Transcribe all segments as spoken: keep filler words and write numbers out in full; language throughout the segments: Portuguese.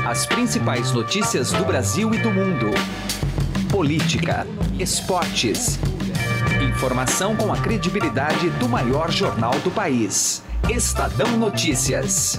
As principais notícias do Brasil e do mundo. Política, esportes. Informação com a credibilidade do maior jornal do país. Estadão Notícias.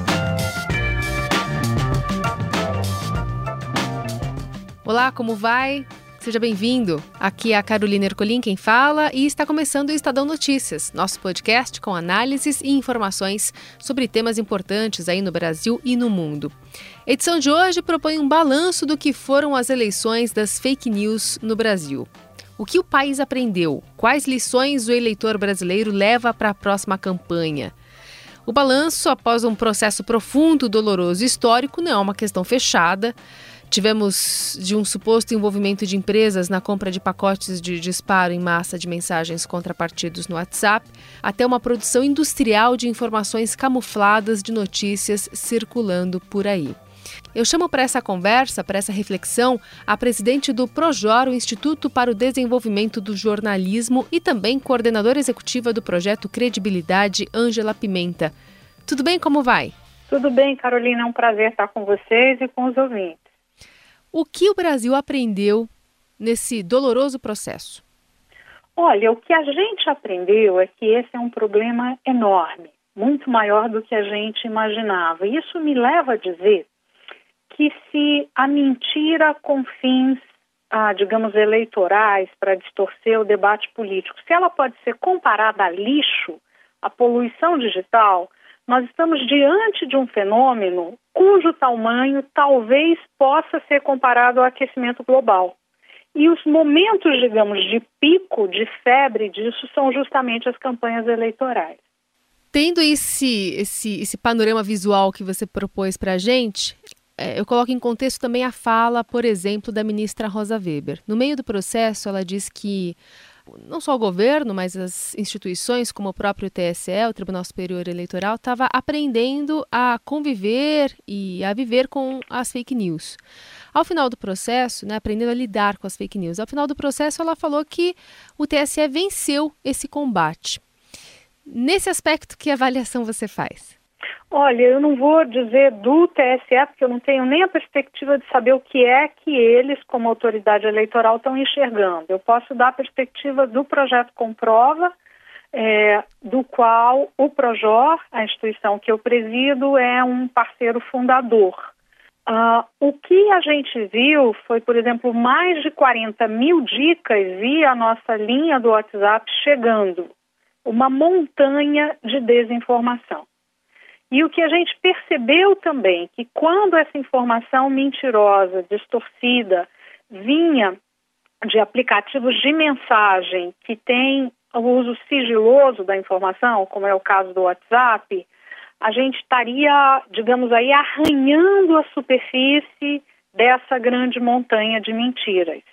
Olá, como vai? Seja bem-vindo. Aqui é a Carolina Ercolim quem fala e está começando o Estadão Notícias, nosso podcast com análises e informações sobre temas importantes aí no Brasil e no mundo. A edição de hoje propõe um balanço do que foram as eleições das fake news no Brasil. O que o país aprendeu? Quais lições o eleitor brasileiro leva para a próxima campanha? O balanço, após um processo profundo, doloroso e histórico, não é uma questão fechada. Tivemos de um suposto envolvimento de empresas na compra de pacotes de disparo em massa de mensagens contra partidos no WhatsApp, até uma produção industrial de informações camufladas de notícias circulando por aí. Eu chamo para essa conversa, para essa reflexão, a presidente do PROJOR, o Instituto para o Desenvolvimento do Jornalismo, e também coordenadora executiva do projeto Credibilidade, Ângela Pimenta. Tudo bem? Como vai? Tudo bem, Carolina. É um prazer estar com vocês e com os ouvintes. O que o Brasil aprendeu nesse doloroso processo? Olha, o que a gente aprendeu é que esse é um problema enorme, muito maior do que a gente imaginava. E isso me leva a dizer que se a mentira com fins, ah, digamos, eleitorais, para distorcer o debate político, se ela pode ser comparada a lixo, a poluição digital, nós estamos diante de um fenômeno cujo tamanho talvez possa ser comparado ao aquecimento global. E os momentos, digamos, de pico, de febre disso são justamente as campanhas eleitorais. Tendo esse, esse, esse panorama visual que você propôs para a gente, é, eu coloco em contexto também a fala, por exemplo, da ministra Rosa Weber. No meio do processo, ela diz que não só o governo, mas as instituições, como o próprio T S E, o Tribunal Superior Eleitoral, estava aprendendo a conviver e a viver com as fake news. Ao final do processo, né, aprendendo a lidar com as fake news, ao final do processo ela falou que o T S E venceu esse combate. Nesse aspecto, que avaliação você faz? Olha, eu não vou dizer do T S E, porque eu não tenho nem a perspectiva de saber o que é que eles, como autoridade eleitoral, estão enxergando. Eu posso dar a perspectiva do projeto Comprova, é, do qual o PROJOR, a instituição que eu presido, é um parceiro fundador. Uh, o que a gente viu foi, por exemplo, mais de quarenta mil dicas via a nossa linha do WhatsApp chegando, uma montanha de desinformação. E o que a gente percebeu também, que quando essa informação mentirosa, distorcida, vinha de aplicativos de mensagem que têm o uso sigiloso da informação, como é o caso do WhatsApp, a gente estaria, digamos aí, arranhando a superfície dessa grande montanha de mentiras.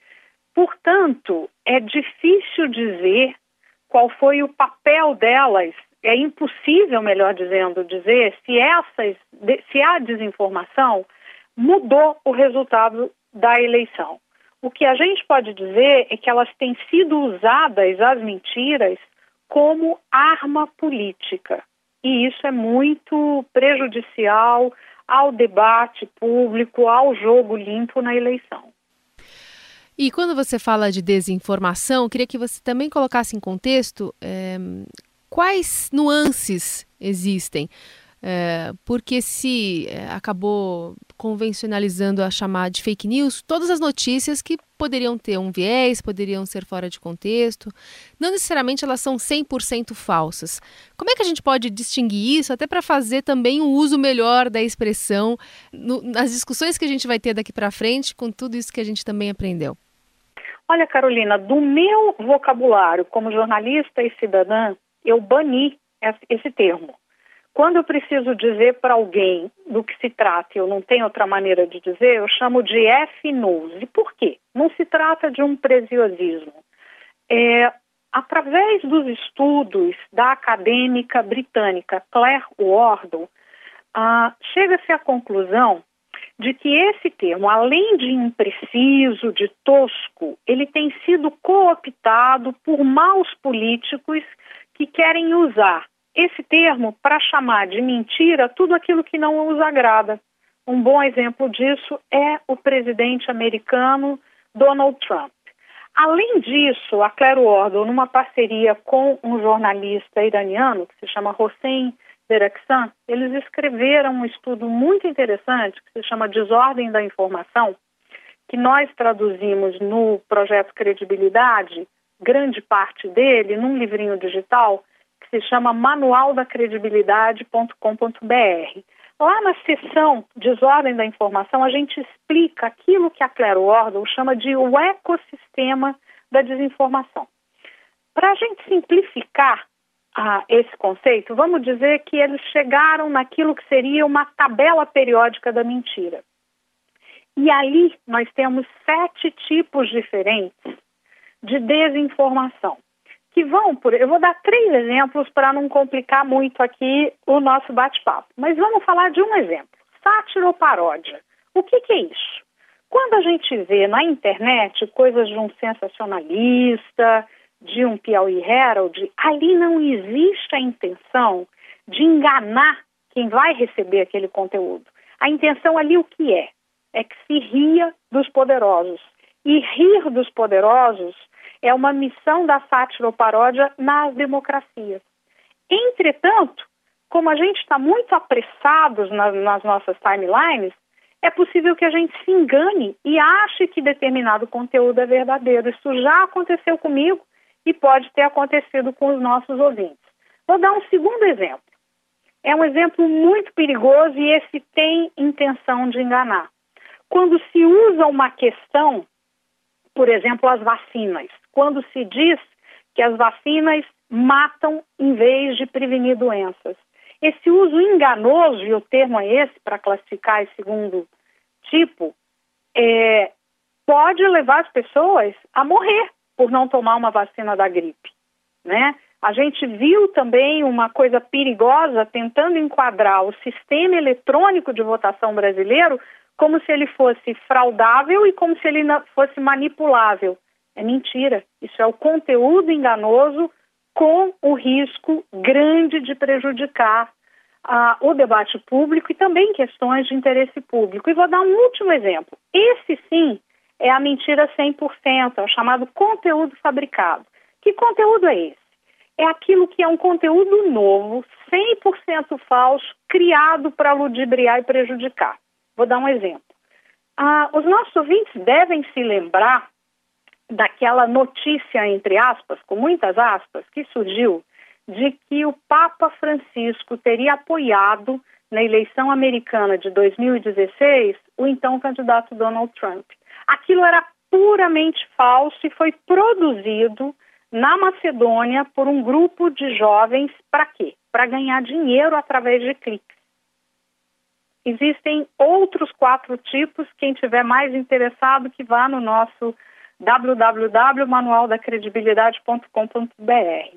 Portanto, é difícil dizer qual foi o papel delas. É impossível, melhor dizendo, dizer se, essas, se a desinformação mudou o resultado da eleição. O que a gente pode dizer é que elas têm sido usadas, as mentiras, como arma política. E isso é muito prejudicial ao debate público, ao jogo limpo na eleição. E quando você fala de desinformação, eu queria que você também colocasse em contexto é, quais nuances existem, é, porque se é, acabou convencionalizando a chamar de fake news todas as notícias que poderiam ter um viés, poderiam ser fora de contexto, não necessariamente elas são cem por cento falsas. Como é que a gente pode distinguir isso, até para fazer também um uso melhor da expressão no, nas discussões que a gente vai ter daqui para frente, com tudo isso que a gente também aprendeu? Olha, Carolina, do meu vocabulário como jornalista e cidadã, eu bani esse termo. Quando eu preciso dizer para alguém do que se trata e eu não tenho outra maneira de dizer, eu chamo de F-news. E por quê? Não se trata de um preciosismo. É, através dos estudos da acadêmica britânica Claire Wardle, ah, chega-se à conclusão de que esse termo, além de impreciso, de tosco, ele tem sido cooptado por maus políticos que querem usar esse termo para chamar de mentira tudo aquilo que não os agrada. Um bom exemplo disso é o presidente americano Donald Trump. Além disso, a Claro Ordon, numa parceria com um jornalista iraniano, que se chama Hossein Derakhshan, eles escreveram um estudo muito interessante, que se chama Desordem da Informação, que nós traduzimos no projeto Credibilidade, grande parte dele, num livrinho digital, que se chama manual da credibilidade ponto com ponto b r. Lá na seção Desordem da Informação, a gente explica aquilo que a Claro Ordon chama de o ecossistema da desinformação. Para a gente simplificar ah, esse conceito, vamos dizer que eles chegaram naquilo que seria uma tabela periódica da mentira. E ali nós temos sete tipos diferentes de desinformação, que vão por... Eu vou dar três exemplos para não complicar muito aqui o nosso bate-papo. Mas vamos falar de um exemplo. Sátira ou paródia. O que, que é isso? Quando a gente vê na internet coisas de um sensacionalista, de um Piauí Herald, ali não existe a intenção de enganar quem vai receber aquele conteúdo. A intenção ali o que é? É que se ria dos poderosos. E rir dos poderosos é uma missão da sátira ou paródia nas democracias. Entretanto, como a gente está muito apressados nas, nas nossas timelines, é possível que a gente se engane e ache que determinado conteúdo é verdadeiro. Isso já aconteceu comigo e pode ter acontecido com os nossos ouvintes. Vou dar um segundo exemplo. É um exemplo muito perigoso e esse tem intenção de enganar. Quando se usa uma questão, por exemplo, as vacinas, quando se diz que as vacinas matam em vez de prevenir doenças. Esse uso enganoso, e o termo é esse para classificar esse segundo tipo, é, pode levar as pessoas a morrer por não tomar uma vacina da gripe, né? A gente viu também uma coisa perigosa tentando enquadrar o sistema eletrônico de votação brasileiro como se ele fosse fraudável e como se ele fosse manipulável. É mentira. Isso é o conteúdo enganoso com o risco grande de prejudicar uh, o debate público e também questões de interesse público. E vou dar um último exemplo. Esse, sim, é a mentira cem por cento, é o chamado conteúdo fabricado. Que conteúdo é esse? É aquilo que é um conteúdo novo, cem por cento falso, criado para ludibriar e prejudicar. Vou dar um exemplo. Ah, os nossos ouvintes devem se lembrar daquela notícia, entre aspas, com muitas aspas, que surgiu de que o Papa Francisco teria apoiado na eleição americana de dois mil e dezesseis o então candidato Donald Trump. Aquilo era puramente falso e foi produzido na Macedônia por um grupo de jovens para quê? Para ganhar dinheiro através de cliques. Existem outros quatro tipos, quem tiver mais interessado que vá no nosso w w w ponto manual da credibilidade ponto com ponto b r.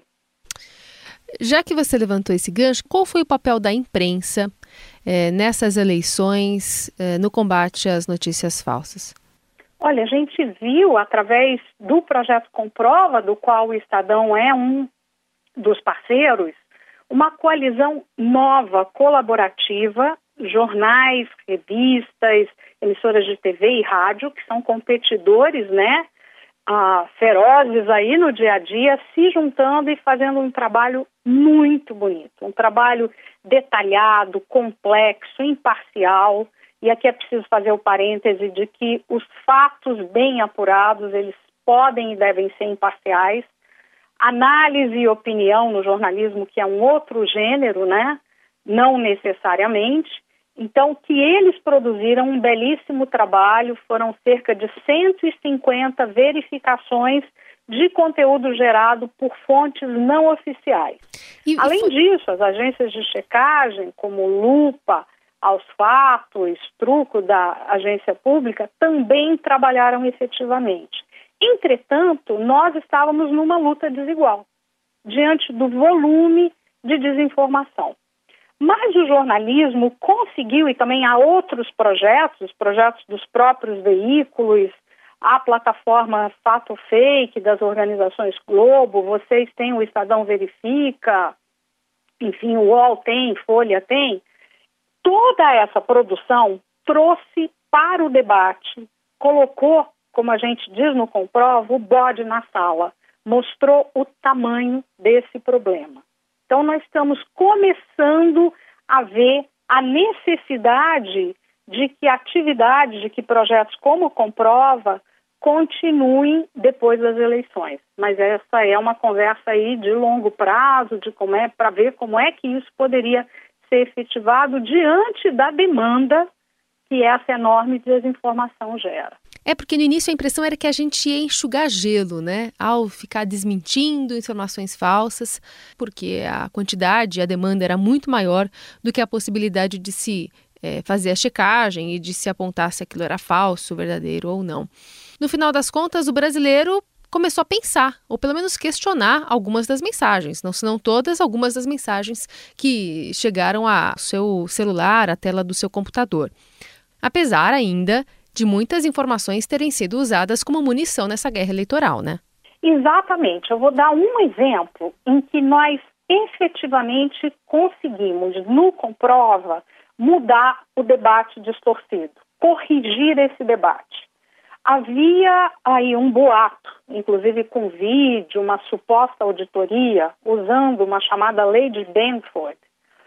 Já que você levantou esse gancho, qual foi o papel da imprensa eh, nessas eleições eh, no combate às notícias falsas? Olha, a gente viu através do projeto Comprova, do qual o Estadão é um dos parceiros, uma coalizão nova, colaborativa, jornais, revistas, emissoras de T V e rádio, que são competidores, né, ah, ferozes aí no dia a dia, se juntando e fazendo um trabalho muito bonito, um trabalho detalhado, complexo, imparcial. E aqui é preciso fazer o parêntese de que os fatos bem apurados, eles podem e devem ser imparciais. Análise e opinião no jornalismo, que é um outro gênero, né? Não necessariamente. Então, que eles produziram um belíssimo trabalho, foram cerca de cento e cinquenta verificações de conteúdo gerado por fontes não oficiais. E, Além e... disso, as agências de checagem, como Lupa, Aos Fatos, Truco da agência pública, também trabalharam efetivamente. Entretanto, nós estávamos numa luta desigual, diante do volume de desinformação. Mas o jornalismo conseguiu, e também há outros projetos, projetos dos próprios veículos, a plataforma Fato Fake das organizações Globo, vocês têm o Estadão Verifica, enfim, o U O L tem, Folha tem. Toda essa produção trouxe para o debate, colocou, como a gente diz no Comprova, o bode na sala, mostrou o tamanho desse problema. Então, nós estamos começando a ver a necessidade de que atividades, de que projetos como Comprova continuem depois das eleições. Mas essa é uma conversa aí de longo prazo, de como é, para ver como é que isso poderia ser efetivado diante da demanda que essa enorme desinformação gera. É porque no início a impressão era que a gente ia enxugar gelo, né? Ao ficar desmentindo informações falsas, porque a quantidade e a demanda era muito maior do que a possibilidade de se é, fazer a checagem e de se apontar se aquilo era falso, verdadeiro ou não. No final das contas, o brasileiro começou a pensar, ou pelo menos questionar algumas das mensagens, não se não todas, algumas das mensagens que chegaram ao seu celular, à tela do seu computador. Apesar ainda de muitas informações terem sido usadas como munição nessa guerra eleitoral, né? Exatamente. Eu vou dar um exemplo em que nós efetivamente conseguimos, no Comprova, mudar o debate distorcido, corrigir esse debate. Havia aí um boato, inclusive com vídeo, uma suposta auditoria, usando uma chamada lei de Benford,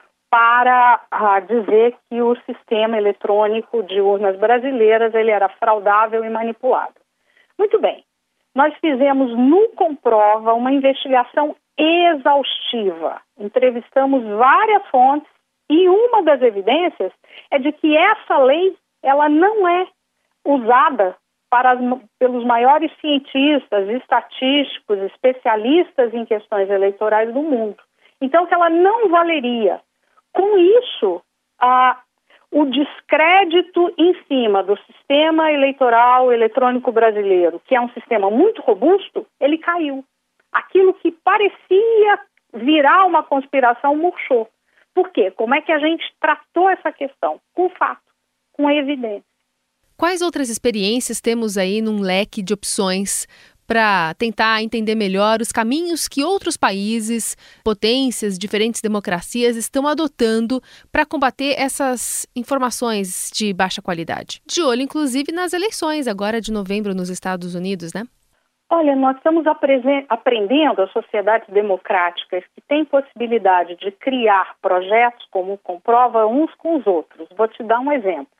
para ah, dizer que o sistema eletrônico de urnas brasileiras ele era fraudável e manipulado. Muito bem, nós fizemos no Comprova uma investigação exaustiva, entrevistamos várias fontes e uma das evidências é de que essa lei ela não é usada para as, pelos maiores cientistas, estatísticos, especialistas em questões eleitorais do mundo. Então, que ela não valeria. Com isso, ah, o descrédito em cima do sistema eleitoral eletrônico brasileiro, que é um sistema muito robusto, ele caiu. Aquilo que parecia virar uma conspiração murchou. Por quê? Como é que a gente tratou essa questão? Com fato, com evidência. Quais outras experiências temos aí num leque de opções para tentar entender melhor os caminhos que outros países, potências, diferentes democracias estão adotando para combater essas informações de baixa qualidade? De olho, inclusive, nas eleições agora de novembro nos Estados Unidos, né? Olha, nós estamos apresen- aprendendo as sociedades democráticas que têm possibilidade de criar projetos como Comprova uns com os outros. Vou te dar um exemplo.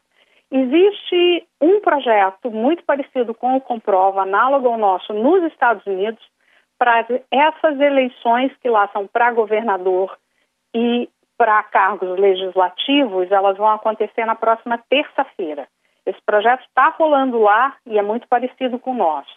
Existe um projeto muito parecido com o Comprova, análogo ao nosso, nos Estados Unidos, para essas eleições que lá são para governador e para cargos legislativos, elas vão acontecer na próxima terça-feira. Esse projeto está rolando lá e é muito parecido com o nosso.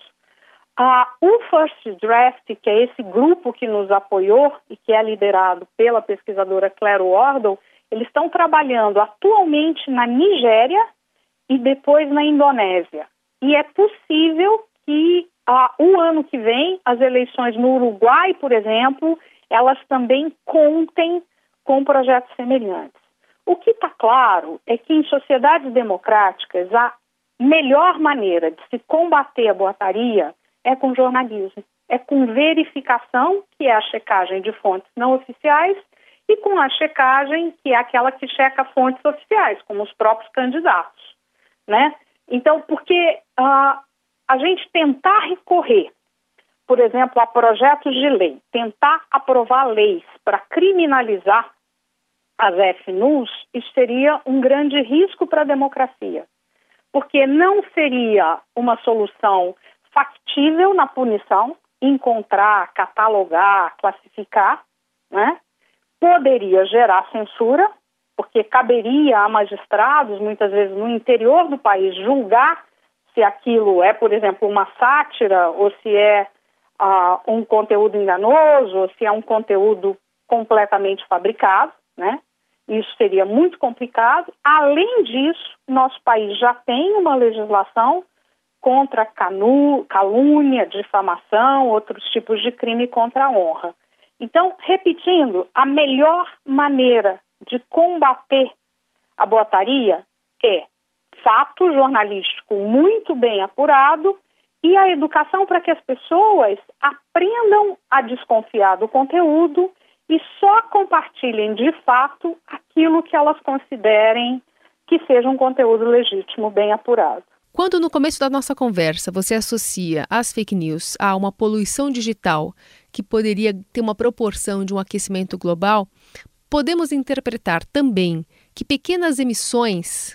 Ah, o First Draft, que é esse grupo que nos apoiou e que é liderado pela pesquisadora Claire Wardle, eles estão trabalhando atualmente na Nigéria e depois na Indonésia. E é possível que ah, o ano que vem, as eleições no Uruguai, por exemplo, elas também contem com projetos semelhantes. O que está claro é que em sociedades democráticas a melhor maneira de se combater a boataria é com jornalismo, é com verificação, que é a checagem de fontes não oficiais, e com a checagem, que é aquela que checa fontes oficiais, como os próprios candidatos. Né? Então, porque uh, a gente tentar recorrer, por exemplo, a projetos de lei, tentar aprovar leis para criminalizar as fake news, isso seria um grande risco para a democracia, porque não seria uma solução factível na punição, encontrar, catalogar, classificar, né? Poderia gerar censura, porque caberia a magistrados, muitas vezes no interior do país, julgar se aquilo é, por exemplo, uma sátira, ou se é uh, um conteúdo enganoso, ou se é um conteúdo completamente fabricado, né? Isso seria muito complicado. Além disso, nosso país já tem uma legislação contra canu, calúnia, difamação, outros tipos de crime contra a honra. Então, repetindo, a melhor maneira de combater a boataria é fato jornalístico muito bem apurado e a educação para que as pessoas aprendam a desconfiar do conteúdo e só compartilhem de fato aquilo que elas considerem que seja um conteúdo legítimo, bem apurado. Quando no começo da nossa conversa você associa as fake news a uma poluição digital que poderia ter uma proporção de um aquecimento global, podemos interpretar também que pequenas emissões,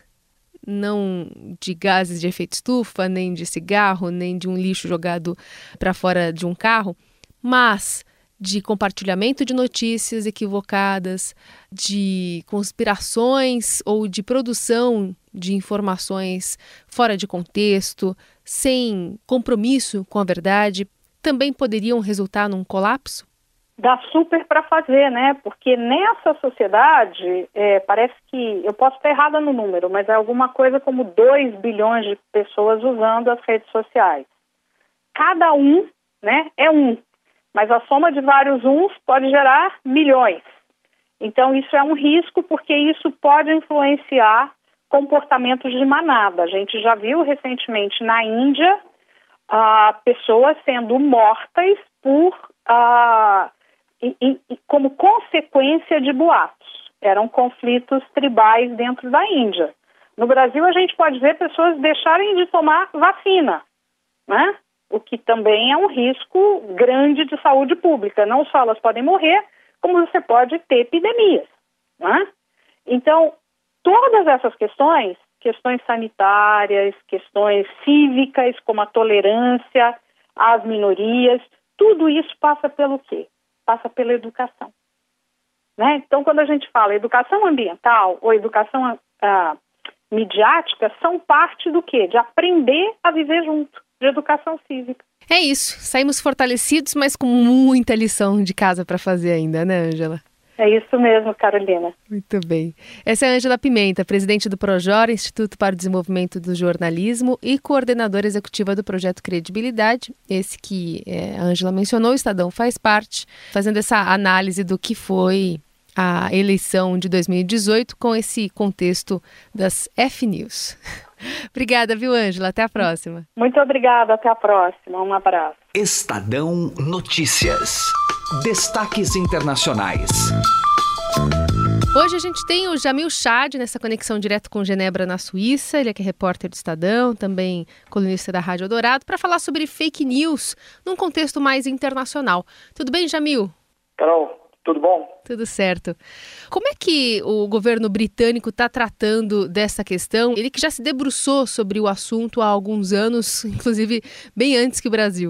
não de gases de efeito estufa, nem de cigarro, nem de um lixo jogado para fora de um carro, mas de compartilhamento de notícias equivocadas, de conspirações ou de produção de informações fora de contexto, sem compromisso com a verdade, também poderiam resultar num colapso? Dá super para fazer, né? Porque nessa sociedade, é, parece que, eu posso estar errada no número, mas é alguma coisa como dois bilhões de pessoas usando as redes sociais. Cada um, né, é um. Mas a soma de vários uns pode gerar milhões. Então, isso é um risco, porque isso pode influenciar comportamentos de manada. A gente já viu recentemente na Índia ah, pessoas sendo mortas por, ah, e, e, como consequência de boatos. Eram conflitos tribais dentro da Índia. No Brasil, a gente pode ver pessoas deixarem de tomar vacina, né? O que também é um risco grande de saúde pública. Não só elas podem morrer, como você pode ter epidemias, né? Então, todas essas questões, questões sanitárias, questões cívicas, como a tolerância às minorias, tudo isso passa pelo quê? Passa pela educação, né? Então, quando a gente fala educação ambiental ou educação ah, midiática, são parte do quê? De aprender a viver junto. De educação cívica. É isso, saímos fortalecidos, mas com muita lição de casa para fazer ainda, né, Ângela? É isso mesmo, Carolina. Muito bem. Essa é a Ângela Pimenta, presidente do PROJOR, Instituto para o Desenvolvimento do Jornalismo, e coordenadora executiva do projeto Credibilidade, esse que é, a Ângela mencionou, o Estadão faz parte, fazendo essa análise do que foi a eleição de dois mil e dezoito com esse contexto das F News. Obrigada, viu, Ângela? Até a próxima. Muito obrigada, até a próxima. Um abraço. Estadão Notícias. Destaques internacionais. Hoje a gente tem o Jamil Chad nessa conexão direto com Genebra, na Suíça. Ele é que é repórter do Estadão, também colunista da Rádio Eldorado, para falar sobre fake news num contexto mais internacional. Tudo bem, Jamil? Carol, tudo bom? Tudo certo. Como é que o governo britânico está tratando dessa questão? Ele que já se debruçou sobre o assunto há alguns anos, inclusive bem antes que o Brasil.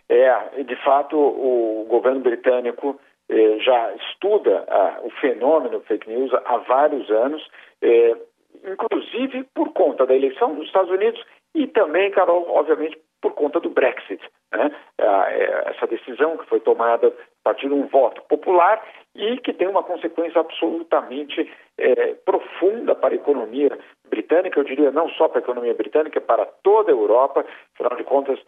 É, de fato, o governo britânico eh, já estuda ah, o fenômeno fake news há vários anos, eh, inclusive por conta da eleição dos Estados Unidos e também, Carol, obviamente, por conta do Brexit, né? Ah, essa decisão que foi tomada a partir de um voto popular e que tem uma consequência absolutamente eh, profunda para a economia britânica, eu diria não só para a economia britânica, para toda a Europa. Afinal de contas,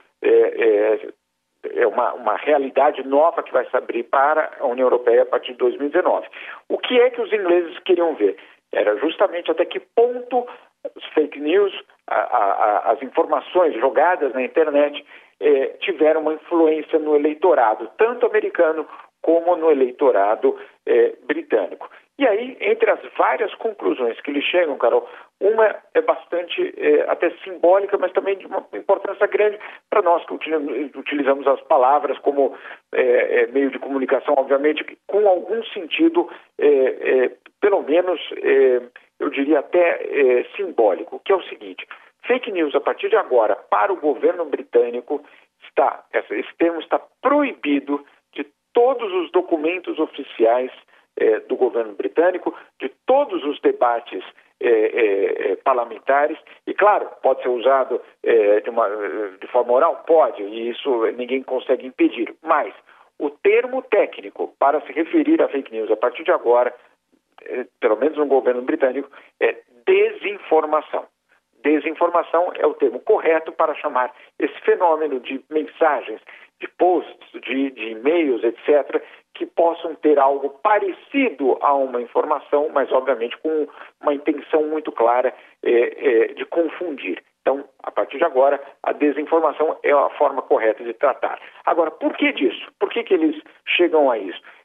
é, é, é uma, uma realidade nova que vai se abrir para a União Europeia a partir de dois mil e dezenove. O que é que os ingleses queriam ver? Era justamente até que ponto as fake news, a, a, as informações jogadas na internet eh, tiveram uma influência no eleitorado, tanto americano como no eleitorado eh, britânico. E aí, entre as várias conclusões que eles chegam, Carol, uma é bastante eh, até simbólica, mas também de uma importância grande para nós que utilizamos as palavras como eh, meio de comunicação, obviamente, com algum sentido, eh, eh, pelo menos, eh, eu diria até eh, simbólico, que é o seguinte: fake news, a partir de agora, para o governo britânico, está, esse termo está proibido de todos os documentos oficiais eh, do governo britânico, de todos os debates eh, eh, parlamentares, e claro, pode ser usado eh, de, uma, de forma oral? Pode, e isso ninguém consegue impedir, mas o termo técnico para se referir a fake news a partir de agora, eh, pelo menos no governo britânico, é desinformação. Desinformação é o termo correto para chamar esse fenômeno de mensagens, de posts, de, de e-mails, etcétera, que possam ter algo parecido a uma informação, mas obviamente com uma intenção muito clara é, é, de confundir. Então, a partir de agora, a desinformação é a forma correta de tratar. Agora, por que disso? Por que que eles chegam a isso?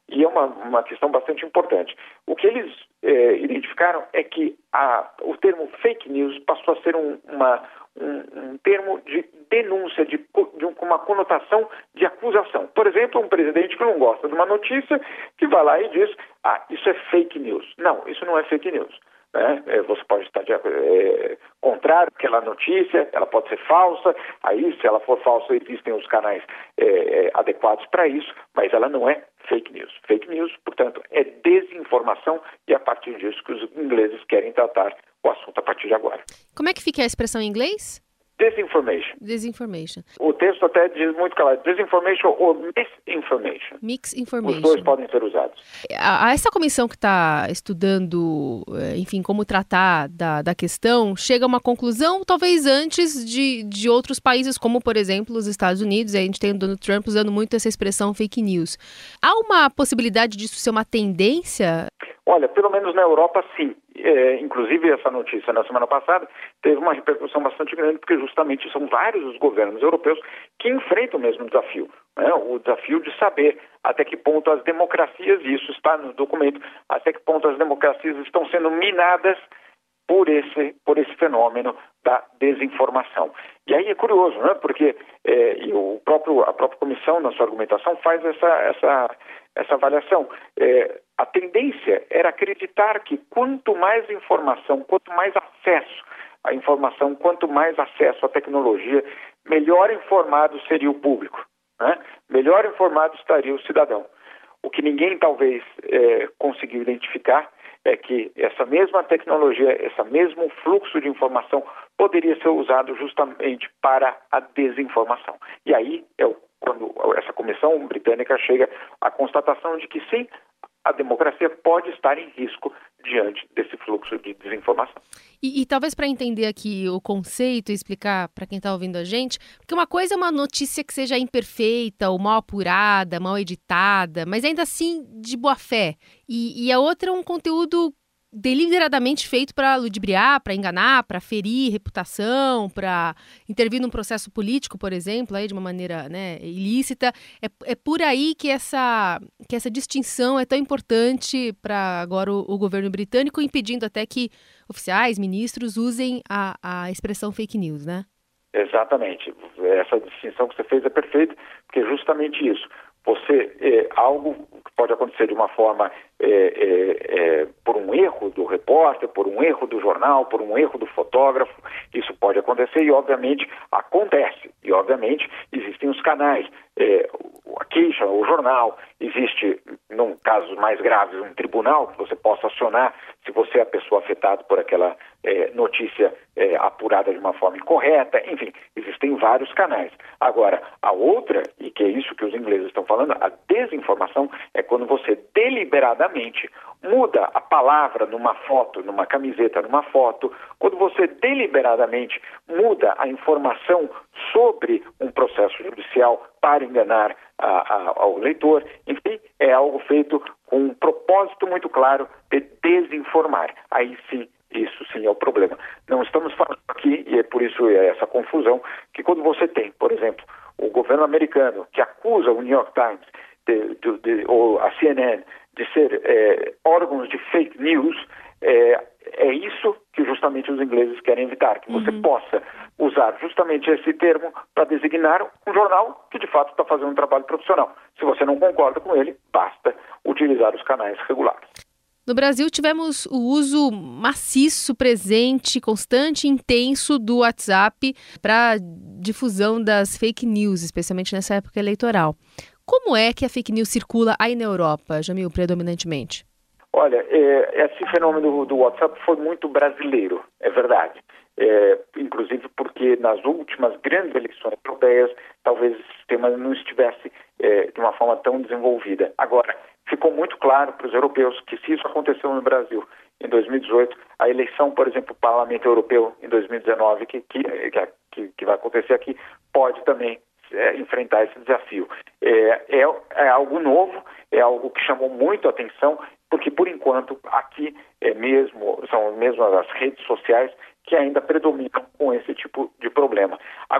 E é uma, uma questão bastante importante. O que eles é, identificaram é que a, o termo fake news passou a ser um, uma, um, um termo de denúncia, de, de um, uma conotação de acusação. Por exemplo, um presidente que não gosta de uma notícia, que vai lá e diz, ah, isso é fake news. Não, isso não é fake news. Né? Você pode estar de, é, contrário àquela notícia, ela pode ser falsa, aí se ela for falsa existem os canais é, adequados para isso, mas ela não é fake news. Fake news, portanto, é desinformação e é a partir disso que os ingleses querem tratar o assunto a partir de agora. Como é que fica a expressão em inglês? Disinformation. Disinformation. O texto até diz muito claro, disinformation ou misinformation. Misinformation. Os dois podem ser usados. A, a essa comissão que está estudando, enfim, como tratar da, da questão, chega a uma conclusão talvez antes de, de outros países, como, por exemplo, os Estados Unidos. A gente tem o Donald Trump usando muito essa expressão fake news. Há uma possibilidade disso ser uma tendência? Olha, pelo menos na Europa, sim. É, inclusive, essa notícia na semana passada teve uma repercussão bastante grande, porque justamente são vários os governos europeus que enfrentam o mesmo desafio, né? O desafio de saber até que ponto as democracias, e isso está no documento, até que ponto as democracias estão sendo minadas por esse, por esse fenômeno da desinformação. E aí é curioso, né? Porque é, e o próprio, a própria comissão, na sua argumentação, faz essa, essa, essa avaliação. É, a tendência era acreditar que quanto mais informação, quanto mais acesso à informação, quanto mais acesso à tecnologia, melhor informado seria o público, né? Melhor informado estaria o cidadão. O que ninguém talvez é, conseguiu identificar é que essa mesma tecnologia, esse mesmo fluxo de informação poderia ser usado justamente para a desinformação. E aí é quando essa comissão britânica chega à constatação de que sim, a democracia pode estar em risco diante desse fluxo de desinformação. E, e talvez para entender aqui o conceito e explicar para quem está ouvindo a gente, porque uma coisa é uma notícia que seja imperfeita ou mal apurada, mal editada, mas ainda assim de boa fé. E, e a outra é um conteúdo deliberadamente feito para ludibriar, para enganar, para ferir reputação, para intervir num processo político, por exemplo, aí de uma maneira, né, ilícita. É, é por aí que essa, que essa distinção é tão importante para agora o, o governo britânico, impedindo até que oficiais, ministros usem a, a expressão fake news, né? Exatamente. Essa distinção que você fez é perfeita, porque é justamente isso. Você, é, algo que pode acontecer de uma forma, é, é, é, por um erro do repórter, por um erro do jornal, por um erro do fotógrafo, isso pode acontecer e, obviamente, acontece. E, obviamente, existem os canais, é, a queixa, o jornal, existe, num casos mais graves, um tribunal que você possa acionar se você é a pessoa afetada por aquela é, notícia é, apurada de uma forma incorreta, enfim, existem vários canais. Agora, a outra, e que é isso que os ingleses estão falando, a desinformação é quando você deliberadamente muda a palavra numa foto, numa camiseta, numa foto, quando você deliberadamente muda a informação sobre um processo judicial para enganar a, a, ao leitor, enfim, é algo feito com um propósito muito claro de desinformar. Aí sim, isso sim é o problema. Não estamos falando aqui, e é por isso é essa confusão, que quando você tem, por exemplo, o governo americano que acusa o New York Times de, de, de, ou a C N N de ser é, órgãos de fake news, é, é isso que justamente os ingleses querem evitar, que você uhum. possa usar justamente esse termo para designar um jornal que de fato está fazendo um trabalho profissional. Se você não concorda com ele, basta utilizar os canais regulares. No Brasil, tivemos o uso maciço, presente, constante e intenso do WhatsApp para difusão das fake news, especialmente nessa época eleitoral. Como é que a fake news circula aí na Europa, Jamil, predominantemente? Olha, é, esse fenômeno do WhatsApp foi muito brasileiro, é verdade. É, inclusive porque nas últimas grandes eleições europeias, talvez esse sistema não estivesse é, de uma forma tão desenvolvida. Agora, ficou muito claro para os europeus que se isso aconteceu no Brasil em dois mil e dezoito, a eleição, por exemplo, do Parlamento Europeu em dois mil e dezenove, que, que, que, que vai acontecer aqui, pode também é, enfrentar esse desafio. É, é, é algo novo, é algo que chamou muito a atenção, porque, por enquanto, aqui é mesmo, são mesmo as redes sociais que ainda predominam com esse tipo de problema. Agora,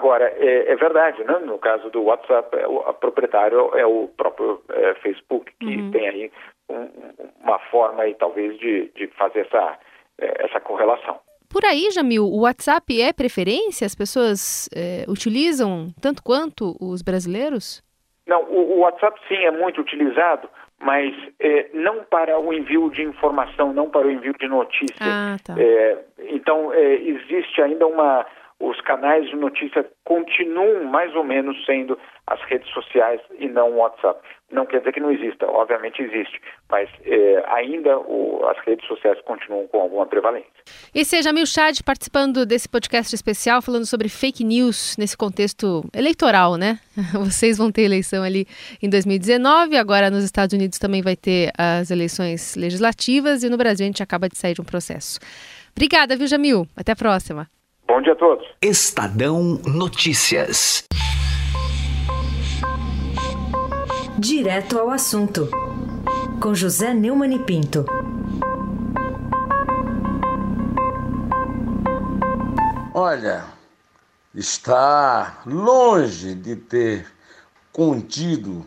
Agora, é, é verdade, né? No caso do WhatsApp, é o a proprietário é o próprio é, Facebook, que uhum. tem aí um, uma forma aí, talvez de, de fazer essa, é, essa correlação. Por aí, Jamil, o WhatsApp é preferência? As pessoas é, utilizam tanto quanto os brasileiros? Não, o, o WhatsApp sim é muito utilizado, mas é, não para o envio de informação, não para o envio de notícia. Ah, tá. É, então, é, existe ainda uma... Os canais de notícia continuam mais ou menos sendo as redes sociais e não o WhatsApp. Não quer dizer que não exista, obviamente existe, mas é, ainda o, as redes sociais continuam com alguma prevalência. Esse é Jamil Chad participando desse podcast especial falando sobre fake news nesse contexto eleitoral, né? Vocês vão ter eleição ali em dois mil e dezenove, agora nos Estados Unidos também vai ter as eleições legislativas e no Brasil a gente acaba de sair de um processo. Obrigada, viu, Jamil? Até a próxima. Bom dia a todos. Estadão Notícias. Direto ao assunto, com José Neumann e Pinto. Olha, está longe de ter contido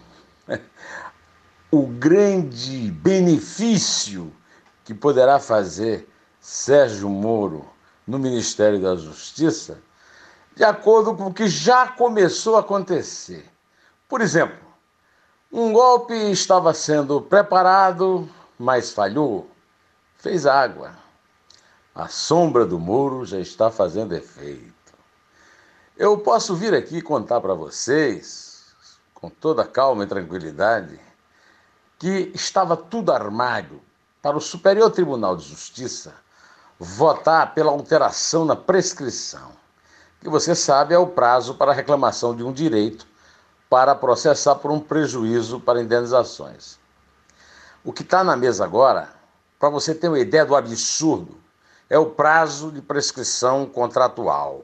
o grande benefício que poderá fazer Sérgio Moro no Ministério da Justiça, de acordo com o que já começou a acontecer. Por exemplo, um golpe estava sendo preparado, mas falhou, fez água. A sombra do Moro já está fazendo efeito. Eu posso vir aqui contar para vocês, com toda calma e tranquilidade, que estava tudo armado para o Superior Tribunal de Justiça votar pela alteração na prescrição, que você sabe é o prazo para reclamação de um direito para processar por um prejuízo para indenizações. O que está na mesa agora, para você ter uma ideia do absurdo, é o prazo de prescrição contratual.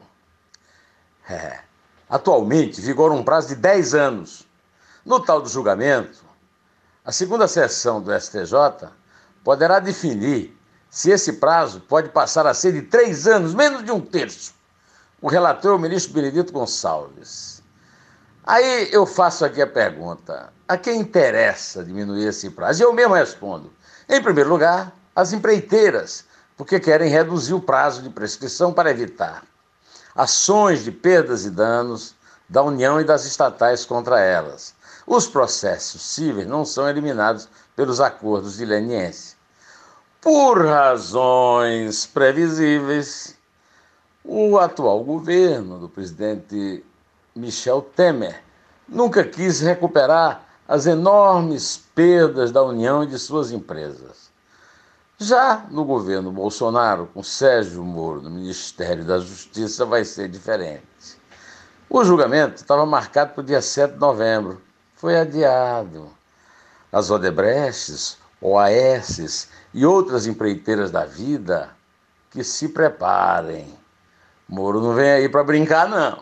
É. Atualmente, vigora um prazo de dez anos. No tal do julgamento, a segunda sessão do S T J poderá definir se esse prazo pode passar a ser de três anos, menos de um terço. O relator é o ministro Benedito Gonçalves. Aí eu faço aqui a pergunta, a quem interessa diminuir esse prazo? E eu mesmo respondo. Em primeiro lugar, as empreiteiras, porque querem reduzir o prazo de prescrição para evitar ações de perdas e danos da União e das estatais contra elas. Os processos cíveis não são eliminados pelos acordos de leniência. Por razões previsíveis, o atual governo do presidente Michel Temer nunca quis recuperar as enormes perdas da União e de suas empresas. Já no governo Bolsonaro, com Sérgio Moro no Ministério da Justiça, vai ser diferente. O julgamento estava marcado para o dia sete de novembro. Foi adiado. As Odebrechts, O A S e outras empreiteiras da vida que se preparem. Moro não vem aí para brincar, não.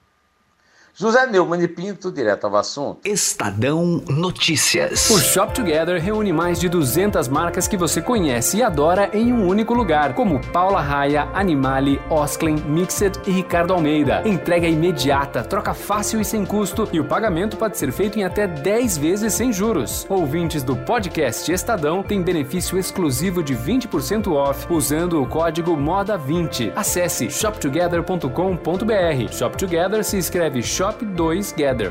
José Neumann e Pinto, direto ao assunto. Estadão Notícias. O Shop Together reúne mais de duzentas marcas que você conhece e adora em um único lugar, como Paula Raia, Animale, Osklen, Mixed e Ricardo Almeida. Entrega imediata, troca fácil e sem custo, e o pagamento pode ser feito em até dez vezes sem juros. Ouvintes do podcast Estadão têm benefício exclusivo de vinte por cento off usando o código moda vinte. Acesse shop together ponto com ponto b r. Shop Together se escreve Shop dois Gather.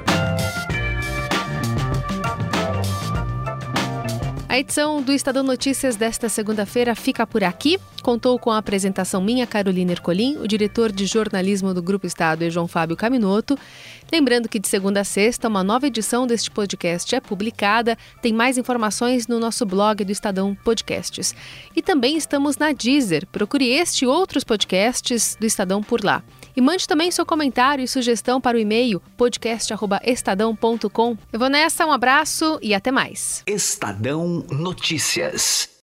A edição do Estadão Notícias desta segunda-feira fica por aqui. Contou com a apresentação minha, Carolina Ercolim, o diretor de jornalismo do Grupo Estado é João Fábio Caminoto. Lembrando que de segunda a sexta, uma nova edição deste podcast é publicada. Tem mais informações no nosso blog do Estadão Podcasts. E também estamos na Deezer. Procure este e outros podcasts do Estadão por lá. E mande também seu comentário e sugestão para o e-mail podcast arroba estadão ponto com. Eu vou nessa, um abraço e até mais. Estadão Notícias.